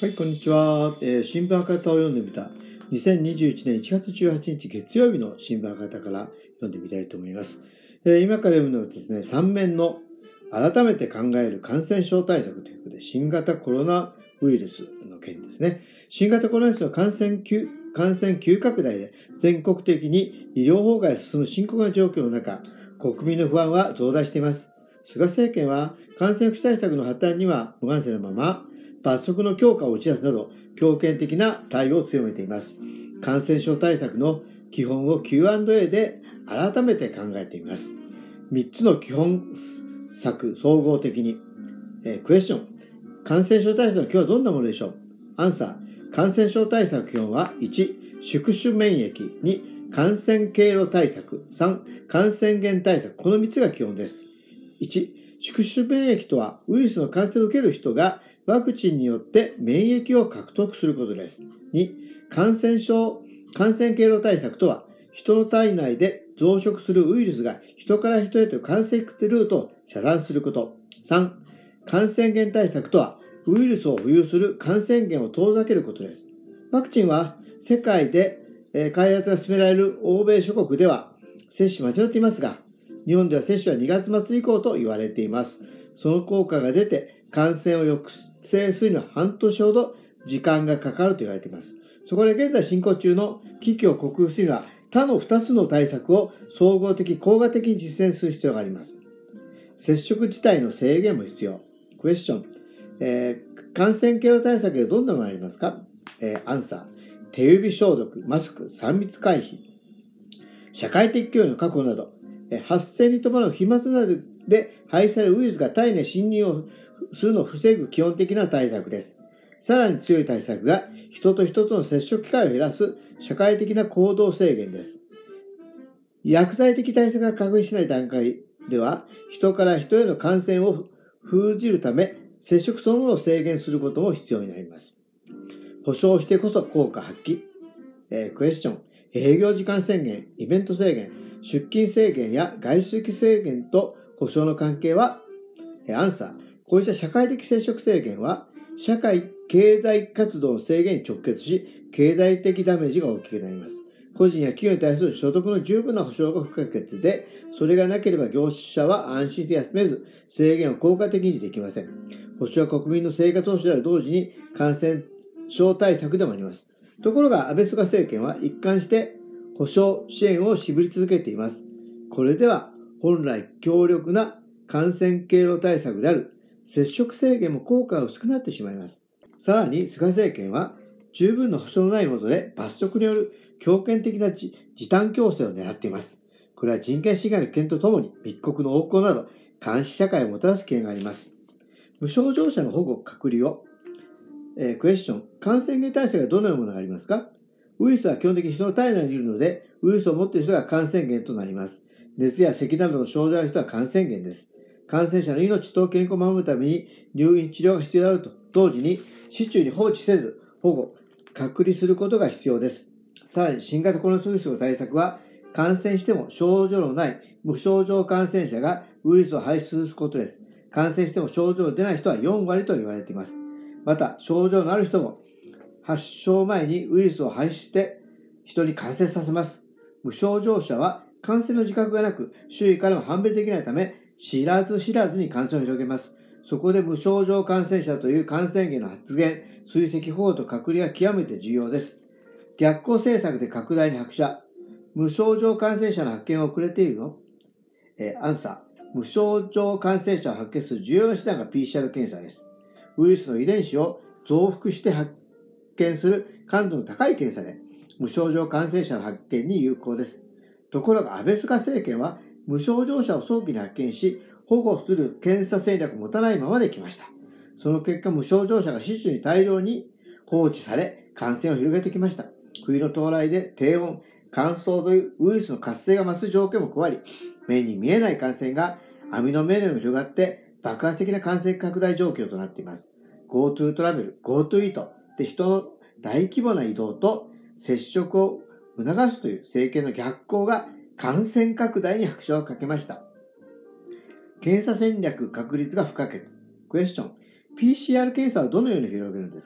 はい、こんにちは。新聞赤旗を読んでみた。2021年1月18日月曜日の新聞赤旗から読んでみたいと思います。今から読むのはですね、3面の改めて考える感染症対策ということで、新型コロナウイルスの件ですね。新型コロナウイルスの感染急拡大で全国的に医療崩壊が進む深刻な状況の中、国民の不安は増大しています。菅政権は感染防止対策の破綻には無関心のまま、罰則の強化を打ち出すなど強権的な対応を強めています。感染症対策の基本を Q&A で改めて考えています。3つの基本策総合的に。クエスチョン。感染症対策の基本はどんなものでしょう？アンサー。感染症対策基本は1、宿主免疫、2、感染経路対策、3、感染源対策。この3つが基本です。1、宿主免疫とはウイルスの感染を受ける人がワクチンによって免疫を獲得することです。2、感染経路対策とは、人の体内で増殖するウイルスが人から人へと感染するルートを遮断すること。3、感染源対策とは、ウイルスを保有する感染源を遠ざけることです。ワクチンは世界で開発が進められる欧米諸国では接種間違っていますが、日本では接種は2月末以降と言われています。その効果が出て感染を抑制するには半年ほど時間がかかると言われています。そこで現在進行中の危機を克服するには他の2つの対策を総合的、効果的に実践する必要があります。接触自体の制限も必要。クエスチョン。感染経路対策でどんなものがありますか？アンサー。手指消毒、マスク、3密回避、社会的距離の確保など、発生に伴う飛沫などで排出されるウイルスが体内侵入をするのを防ぐ基本的な対策です。さらに強い対策が人と人との接触機会を減らす社会的な行動制限です。薬剤的対策が確認しない段階では、人から人への感染を封じるため、接触そのものを制限することも必要になります。保証してこそ効果発揮。クエスチョン。営業時間制限、イベント制限、出勤制限や外出制限と保証の関係は？アンサー。こうした社会的接触制限は、社会経済活動の制限に直結し、経済的ダメージが大きくなります。個人や企業に対する所得の十分な保障が不可欠で、それがなければ業者は安心して休めず、制限を効果的に維持できません。保障は国民の生活保障である同時に感染症対策でもあります。ところが安倍菅政権は一貫して保障支援を渋り続けています。これでは本来強力な感染経路対策である接触制限も効果が薄くなってしまいます。さらに菅政権は十分な保障のないもとで罰則による強権的な時短強制を狙っています。これは人権侵害の危険とともに密告の横行など監視社会をもたらす危険があります。無症状者の保護、隔離を。クエスチョン。感染源対策はどのようなものがありますか？ウイルスは基本的に人の体内にいるので、ウイルスを持っている人が感染源となります。熱や咳などの症状がある人は感染源です。感染者の命と健康を守るために入院治療が必要であると同時に、市中に放置せず保護、隔離することが必要です。さらに新型コロナウイルスの対策は、感染しても症状のない無症状感染者がウイルスを排出することです。感染しても症状の出ない人は4割と言われています。また、症状のある人も発症前にウイルスを排出して人に感染させます。無症状者は感染の自覚がなく、周囲からも判別できないため、知らず知らずに感染を広げます。そこで無症状感染者という感染源の発現、追跡保護と隔離が極めて重要です。逆行政策で拡大に拍車。無症状感染者の発見が遅れているの？アンサー。無症状感染者を発見する重要な手段が PCR 検査です。ウイルスの遺伝子を増幅して発見する感度の高い検査で、無症状感染者の発見に有効です。ところが安倍菅政権は無症状者を早期に発見し、保護する検査戦略を持たないままで来ました。その結果、無症状者が市中に大量に放置され、感染を広げてきました。冬の到来で低温、乾燥というウイルスの活性が増す条件も加わり、目に見えない感染が網の目のように広がって爆発的な感染拡大状況となっています。GoTo トラベル、GoTo イートで人の大規模な移動と接触を促すという政権の逆行が感染拡大に拍車をかけました。検査戦略確立が不可欠。クエスチョン。PCR 検査はどのように広げるんですか？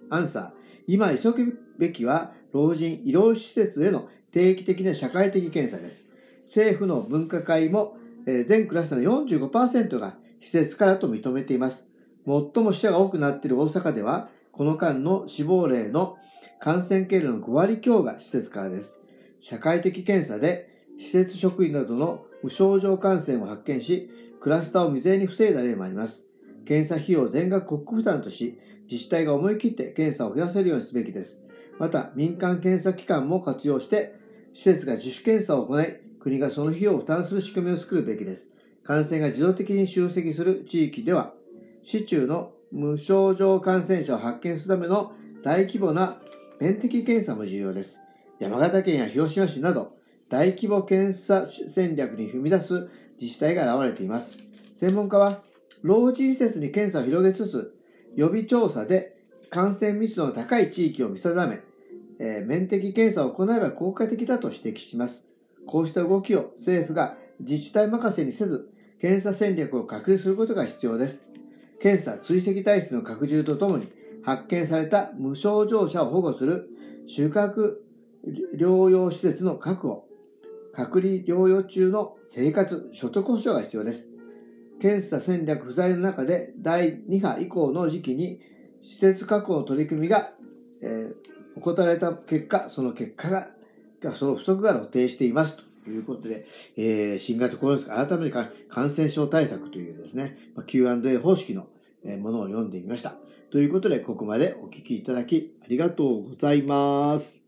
アンサー。今急ぐべきは老人医療施設への定期的な社会的検査です。政府の分科会も全クラスターの 45% が施設からと認めています。最も死者が多くなっている大阪では、この間の死亡例の感染経路の5割強が施設からです。社会的検査で施設職員などの無症状感染を発見し、クラスターを未然に防いだ例もあります。検査費用を全額国庫負担とし、自治体が思い切って検査を増やせるようにすべきです。また、民間検査機関も活用して、施設が自主検査を行い、国がその費用を負担する仕組みを作るべきです。感染が自動的に集積する地域では、市中の無症状感染者を発見するための大規模な面的検査も重要です。山形県や広島市など、大規模検査戦略に踏み出す自治体が現れています。専門家は、老人施設に検査を広げつつ、予備調査で感染密度の高い地域を見定め、面的検査を行えば効果的だと指摘します。こうした動きを政府が自治体任せにせず、検査戦略を確立することが必要です。検査追跡体制の拡充とともに、発見された無症状者を保護する宿泊療養施設の確保、隔離療養中の生活、所得保障が必要です。検査戦略不在の中で第2波以降の時期に施設確保の取り組みが、行われた結果、その不足が露呈していますということで、新型コロナウイルス改めて感染症対策というですね、Q&A 方式のものを読んでみました。ということで、ここまでお聞きいただきありがとうございます。